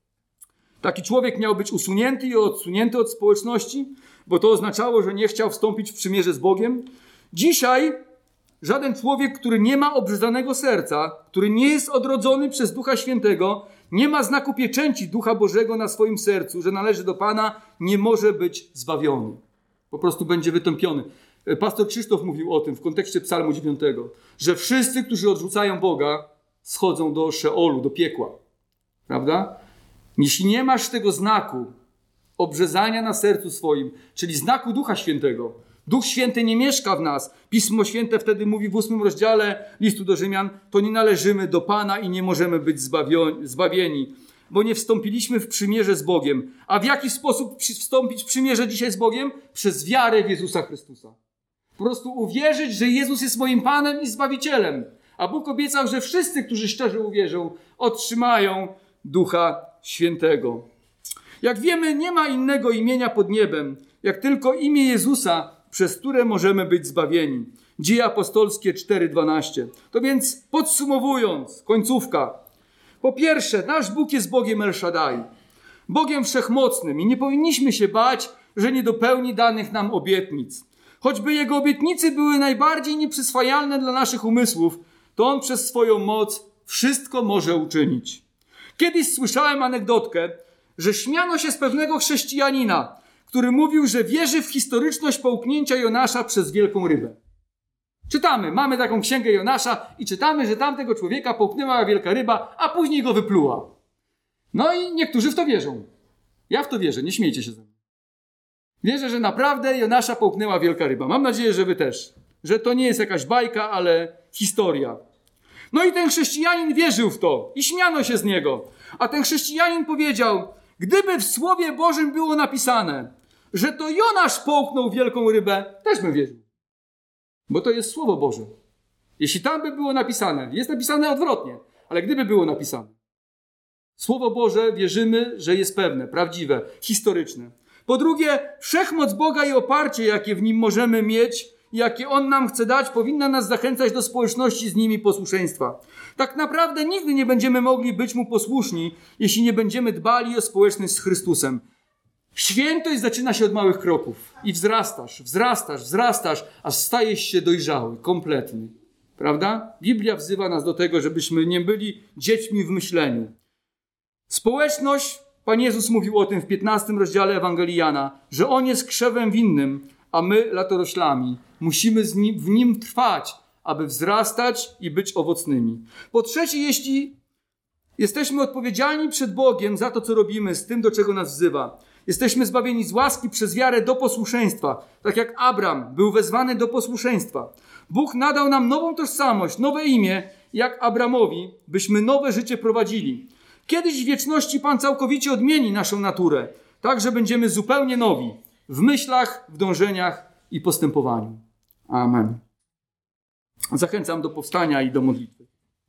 Taki człowiek miał być usunięty i odsunięty od społeczności, bo to oznaczało, że nie chciał wstąpić w przymierze z Bogiem. Dzisiaj żaden człowiek, który nie ma obrzezanego serca, który nie jest odrodzony przez Ducha Świętego, nie ma znaku pieczęci Ducha Bożego na swoim sercu, że należy do Pana, nie może być zbawiony. Po prostu będzie wytępiony. Pastor Krzysztof mówił o tym w kontekście Psalmu dziewiątego, że wszyscy, którzy odrzucają Boga, schodzą do Szeolu, do piekła. Prawda? Jeśli nie masz tego znaku obrzezania na sercu swoim, czyli znaku Ducha Świętego, Duch Święty nie mieszka w nas. Pismo Święte wtedy mówi w ósmym rozdziale listu do Rzymian, to nie należymy do Pana i nie możemy być zbawieni, bo nie wstąpiliśmy w przymierze z Bogiem. A w jaki sposób wstąpić w przymierze dzisiaj z Bogiem? Przez wiarę w Jezusa Chrystusa. Po prostu uwierzyć, że Jezus jest moim Panem i Zbawicielem. A Bóg obiecał, że wszyscy, którzy szczerze uwierzą, otrzymają Ducha Świętego. Jak wiemy, nie ma innego imienia pod niebem, jak tylko imię Jezusa, przez które możemy być zbawieni. Dzieje apostolskie cztery dwanaście. To więc podsumowując, końcówka. Po pierwsze, nasz Bóg jest Bogiem El Shaddai, Bogiem Wszechmocnym i nie powinniśmy się bać, że nie dopełni danych nam obietnic. Choćby Jego obietnice były najbardziej nieprzyswajalne dla naszych umysłów, to On przez swoją moc wszystko może uczynić. Kiedyś słyszałem anegdotkę, że śmiano się z pewnego chrześcijanina, który mówił, że wierzy w historyczność połknięcia Jonasza przez wielką rybę. Czytamy, mamy taką księgę Jonasza i czytamy, że tamtego człowieka połknęła wielka ryba, a później go wypluła. No i niektórzy w to wierzą. Ja w to wierzę, nie śmiejcie się ze mnie. Wierzę, że naprawdę Jonasza połknęła wielka ryba. Mam nadzieję, że wy też. Że to nie jest jakaś bajka, ale historia. No i ten chrześcijanin wierzył w to i śmiano się z niego. A ten chrześcijanin powiedział, gdyby w Słowie Bożym było napisane, że to Jonasz połknął wielką rybę, też bym wierzył. Bo to jest Słowo Boże. Jeśli tam by było napisane, jest napisane odwrotnie, ale gdyby było napisane. Słowo Boże wierzymy, że jest pewne, prawdziwe, historyczne. Po drugie, wszechmoc Boga i oparcie, jakie w Nim możemy mieć, jakie On nam chce dać, powinna nas zachęcać do społeczności z Nim i posłuszeństwa. Tak naprawdę nigdy nie będziemy mogli być Mu posłuszni, jeśli nie będziemy dbali o społeczność z Chrystusem. Świętość zaczyna się od małych kroków i wzrastasz, wzrastasz, wzrastasz, aż stajesz się dojrzały, kompletny. Prawda? Biblia wzywa nas do tego, żebyśmy nie byli dziećmi w myśleniu. Społeczność, Pan Jezus mówił o tym w piętnastym rozdziale Ewangelii Jana, że On jest krzewem winnym, a my latoroślami. Musimy z nim, w Nim trwać, aby wzrastać i być owocnymi. Po trzecie, jeśli jesteśmy odpowiedzialni przed Bogiem za to, co robimy, z tym, do czego nas wzywa. Jesteśmy zbawieni z łaski przez wiarę do posłuszeństwa. Tak jak Abram był wezwany do posłuszeństwa. Bóg nadał nam nową tożsamość, nowe imię, jak Abramowi, byśmy nowe życie prowadzili. Kiedyś w wieczności Pan całkowicie odmieni naszą naturę, tak że będziemy zupełnie nowi w myślach, w dążeniach i postępowaniu. Amen. Zachęcam do powstania i do modlitwy.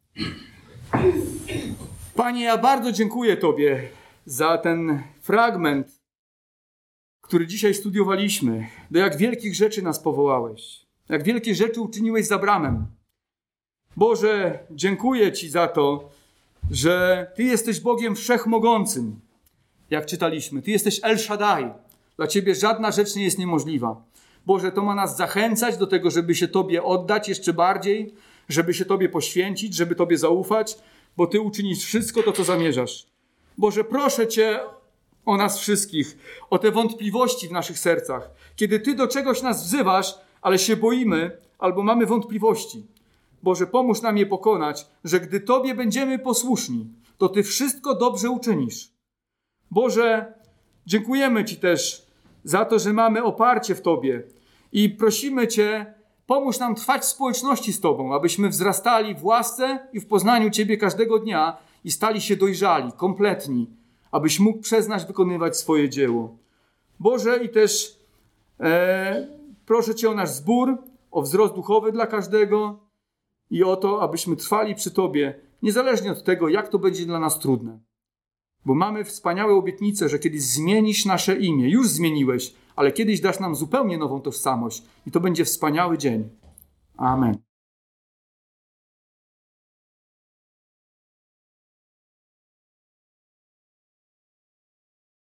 Panie, ja bardzo dziękuję Tobie za ten fragment, który dzisiaj studiowaliśmy. Do jak wielkich rzeczy nas powołałeś. Jak wielkie rzeczy uczyniłeś z Abramem. Boże, dziękuję Ci za to, że Ty jesteś Bogiem Wszechmogącym. Jak czytaliśmy, Ty jesteś El Shaddai. Dla Ciebie żadna rzecz nie jest niemożliwa. Boże, to ma nas zachęcać do tego, żeby się Tobie oddać jeszcze bardziej, żeby się Tobie poświęcić, żeby Tobie zaufać, bo Ty uczynisz wszystko to, co zamierzasz. Boże, proszę Cię o nas wszystkich, o te wątpliwości w naszych sercach. Kiedy Ty do czegoś nas wzywasz, ale się boimy albo mamy wątpliwości. Boże, pomóż nam je pokonać, że gdy Tobie będziemy posłuszni, to Ty wszystko dobrze uczynisz. Boże, dziękujemy Ci też za to, że mamy oparcie w Tobie i prosimy Cię, pomóż nam trwać w społeczności z Tobą, abyśmy wzrastali w łasce i w poznaniu Ciebie każdego dnia i stali się dojrzali, kompletni, abyś mógł przez nas wykonywać swoje dzieło. Boże, i też e, proszę Cię o nasz zbór, o wzrost duchowy dla każdego i o to, abyśmy trwali przy Tobie, niezależnie od tego, jak to będzie dla nas trudne. Bo mamy wspaniałe obietnice, że kiedyś zmienisz nasze imię. Już zmieniłeś, ale kiedyś dasz nam zupełnie nową tożsamość. I to będzie wspaniały dzień. Amen.